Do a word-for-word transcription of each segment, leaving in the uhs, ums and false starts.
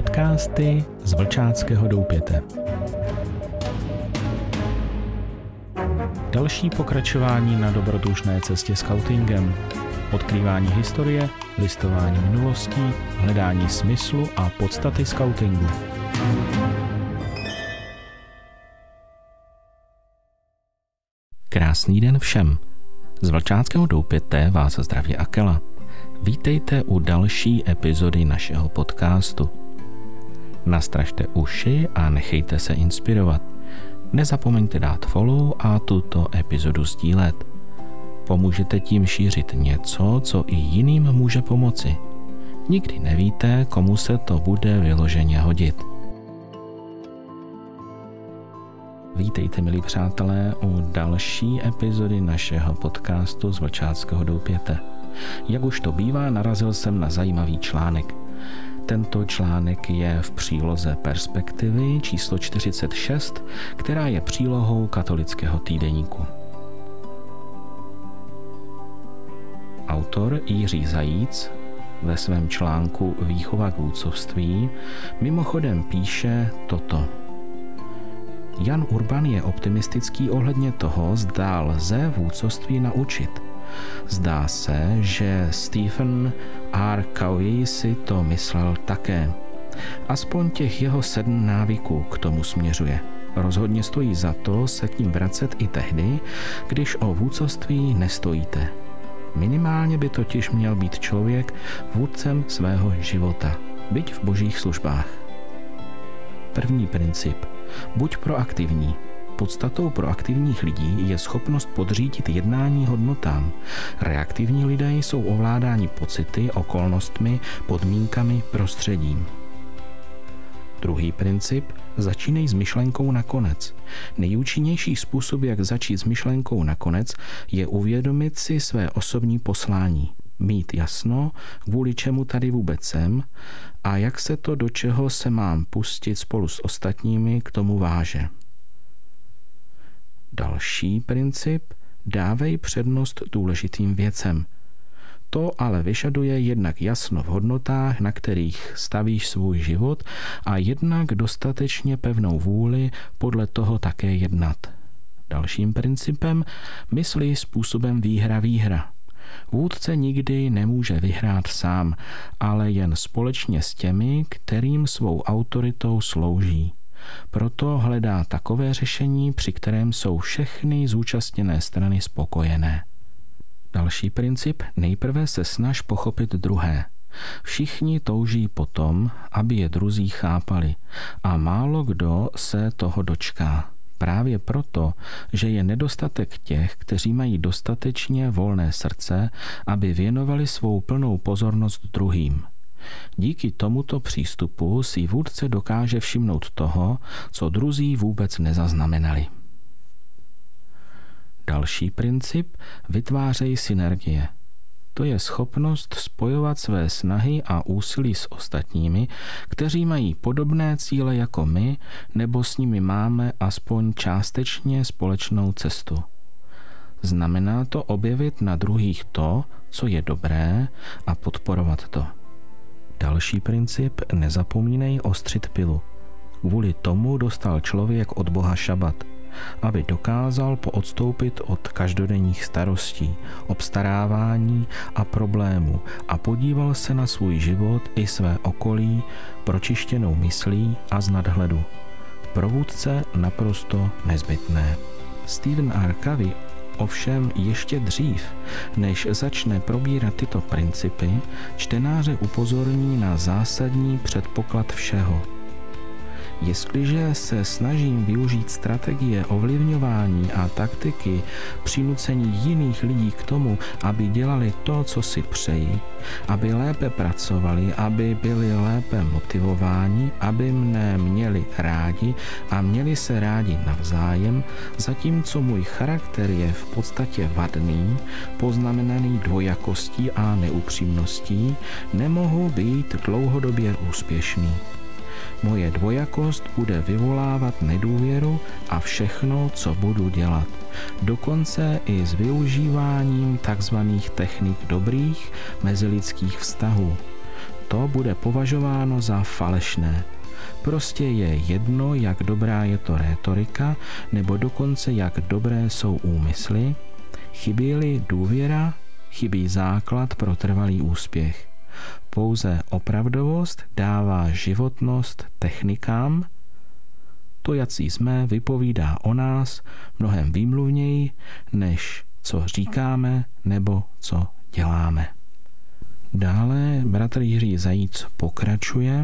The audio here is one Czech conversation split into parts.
Podcasty z Vlčáckého doupěte. Další pokračování na dobrodružné cestě skautingem. Odkrývání historie, listování minulostí, hledání smyslu a podstaty skautingu. Krásný den všem. Z Vlčáckého doupěte vás zdraví Akela. Vítejte u další epizody našeho podcastu. Nastražte uši a nechejte se inspirovat. Nezapomeňte dát follow a tuto epizodu sdílet. Pomůžete tím šířit něco, co i jiným může pomoci. Nikdy nevíte, komu se to bude vyloženě hodit. Vítejte, milí přátelé, u další epizody našeho podcastu z Vlčáckého doupěte. Jak už to bývá, narazil jsem na zajímavý článek. Tento článek je v příloze Perspektivy číslo čtyřicet šest, která je přílohou katolického týdeníku. Autor Jiří Zajíc ve svém článku Výchova k vůdcovství mimochodem píše toto. Jan Urban je optimistický ohledně toho, zda lze vůdcovství naučit. Zdá se, že Stephen R. Covey si to myslel také. Aspoň těch jeho sedm návyků k tomu směřuje. Rozhodně stojí za to se k ním vracet i tehdy, když o vůdcovství nestojíte. Minimálně by totiž měl být člověk vůdcem svého života, byť v božích službách. První princip. Buď proaktivní. Podstatou proaktivních lidí je schopnost podřídit jednání hodnotám. Reaktivní lidé jsou ovládáni pocity, okolnostmi, podmínkami, prostředím. Druhý princip. Začínej s myšlenkou nakonec. Nejúčinnější způsob, jak začít s myšlenkou nakonec, je uvědomit si své osobní poslání. Mít jasno, kvůli čemu tady vůbec jsem a jak se to, do čeho se mám pustit spolu s ostatními, k tomu váže. Další princip. Dávej přednost důležitým věcem. To ale vyžaduje jednak jasno v hodnotách, na kterých stavíš svůj život, a jednak dostatečně pevnou vůli podle toho také jednat. Dalším principem. Mysli způsobem výhra-výhra. Vůdce nikdy nemůže vyhrát sám, ale jen společně s těmi, kterým svou autoritou slouží. Proto hledá takové řešení, při kterém jsou všechny zúčastněné strany spokojené. Další princip. Nejprve se snaž pochopit druhé. Všichni touží potom, aby je druzí chápali, a málo kdo se toho dočká. Právě proto, že je nedostatek těch, kteří mají dostatečně volné srdce, aby věnovali svou plnou pozornost druhým. Díky tomuto přístupu si vůdce dokáže všimnout toho, co druzí vůbec nezaznamenali. Další princip. Vytvářej synergie. To je schopnost spojovat své snahy a úsilí s ostatními, kteří mají podobné cíle jako my, nebo s nimi máme aspoň částečně společnou cestu. Znamená to objevit na druhých to, co je dobré, a podporovat to. Další princip. Nezapomínej ostřit pilu. Kvůli tomu dostal člověk od Boha šabat, aby dokázal poodstoupit od každodenních starostí, obstarávání a problémů a podíval se na svůj život i své okolí pročištěnou myslí a z nadhledu. Pro vůdce naprosto nezbytné. Stephen R. Covey ovšem ještě dřív, než začne probírat tyto principy, čtenáře upozorní na zásadní předpoklad všeho. Jestliže se snažím využít strategie ovlivňování a taktiky přinucení jiných lidí k tomu, aby dělali to, co si přeji, aby lépe pracovali, aby byli lépe motivováni, aby mne měli rádi a měli se rádi navzájem, zatímco můj charakter je v podstatě vadný, poznamenaný dvojakostí a neupřímností, nemohu být dlouhodobě úspěšný. Moje dvojakost bude vyvolávat nedůvěru a všechno, co budu dělat. Dokonce i s využíváním takzvaných technik dobrých mezilidských vztahů. to bude považováno za falešné. Prostě je jedno, jak dobrá je to rétorika, nebo dokonce jak dobré jsou úmysly. Chybí-li důvěra, chybí základ pro trvalý úspěch. Pouze opravdovost dává životnost technikám. To, jací jsme, vypovídá o nás mnohem výmluvněji, než co říkáme nebo co děláme. Dále bratr Jiří Zajíc pokračuje.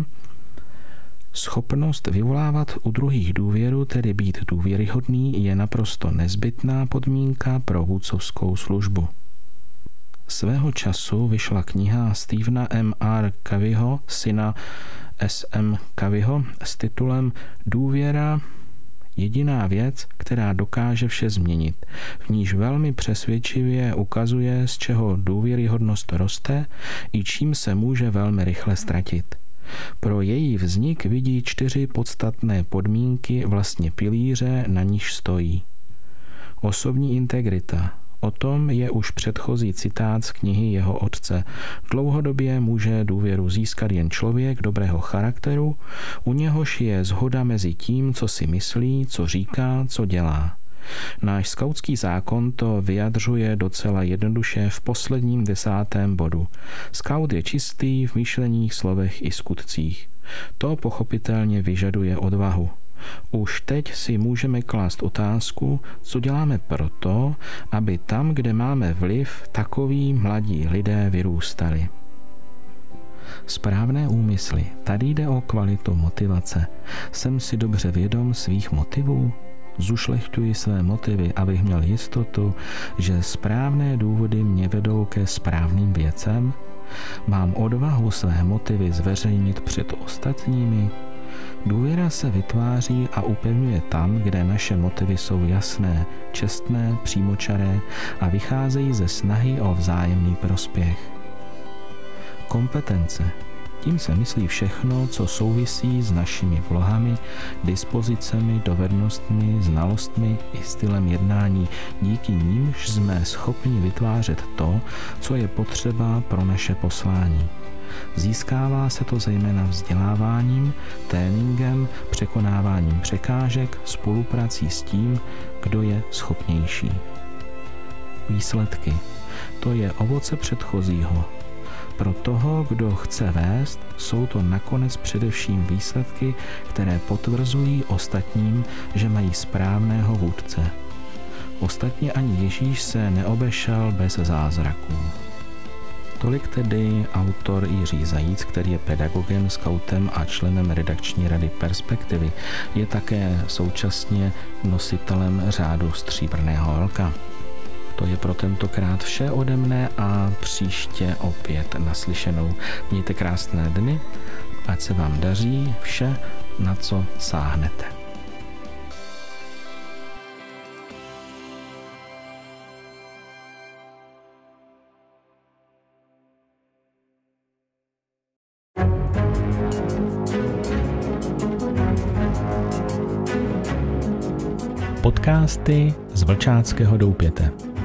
Schopnost vyvolávat u druhých důvěru, tedy být důvěryhodný, je naprosto nezbytná podmínka pro vůdcovskou službu. Svého času vyšla kniha Stephena M R Coveyho, syna S M Coveyho, s titulem Důvěra, jediná věc, která dokáže vše změnit. V níž velmi přesvědčivě ukazuje, z čeho důvěryhodnost roste i čím se může velmi rychle ztratit. Pro její vznik vidí čtyři podstatné podmínky, vlastně pilíře, na níž stojí. Osobní integrita. O tom je už předchozí citát z knihy jeho otce. Dlouhodobě může důvěru získat jen člověk dobrého charakteru, u něhož je shoda mezi tím, co si myslí, co říká, co dělá. Náš skautský zákon to vyjadřuje docela jednoduše v posledním desátém bodu. Skaut je čistý v myšleních, slovech i skutcích. To pochopitelně vyžaduje odvahu. Už teď si můžeme klást otázku, co děláme proto, aby tam, kde máme vliv, takoví mladí lidé vyrůstali. Správné úmysly. Tady jde o kvalitu motivace. Jsem si dobře vědom svých motivů? Zušlechťuji své motivy, abych měl jistotu, že správné důvody mě vedou ke správným věcem? Mám odvahu své motivy zveřejnit před ostatními? Důvěra se vytváří a upevňuje tam, kde naše motivy jsou jasné, čestné, přímočaré a vycházejí ze snahy o vzájemný prospěch. Kompetence. Tím se myslí všechno, co souvisí s našimi vlohami, dispozicemi, dovednostmi, znalostmi i stylem jednání, díky nímž jsme schopni vytvářet to, co je potřeba pro naše poslání. Získává se to zejména vzděláváním, tréninkem, překonáváním překážek, spoluprací s tím, kdo je schopnější. Výsledky. To je ovoce předchozího. Pro toho, kdo chce vést, jsou to nakonec především výsledky, které potvrzují ostatním, že mají správného vůdce. Ostatně ani Ježíš se neobešel bez zázraků. Tolik tedy autor Jiří Zajíc, který je pedagogem, skautem a členem redakční rady Perspektivy. Je také současně nositelem řádu Stříbrného elka. To je pro tentokrát vše ode mne a příště opět naslyšenou. Mějte krásné dny, ať se vám daří vše, na co sáhnete. Podcasty z Vlčáckého doupěte.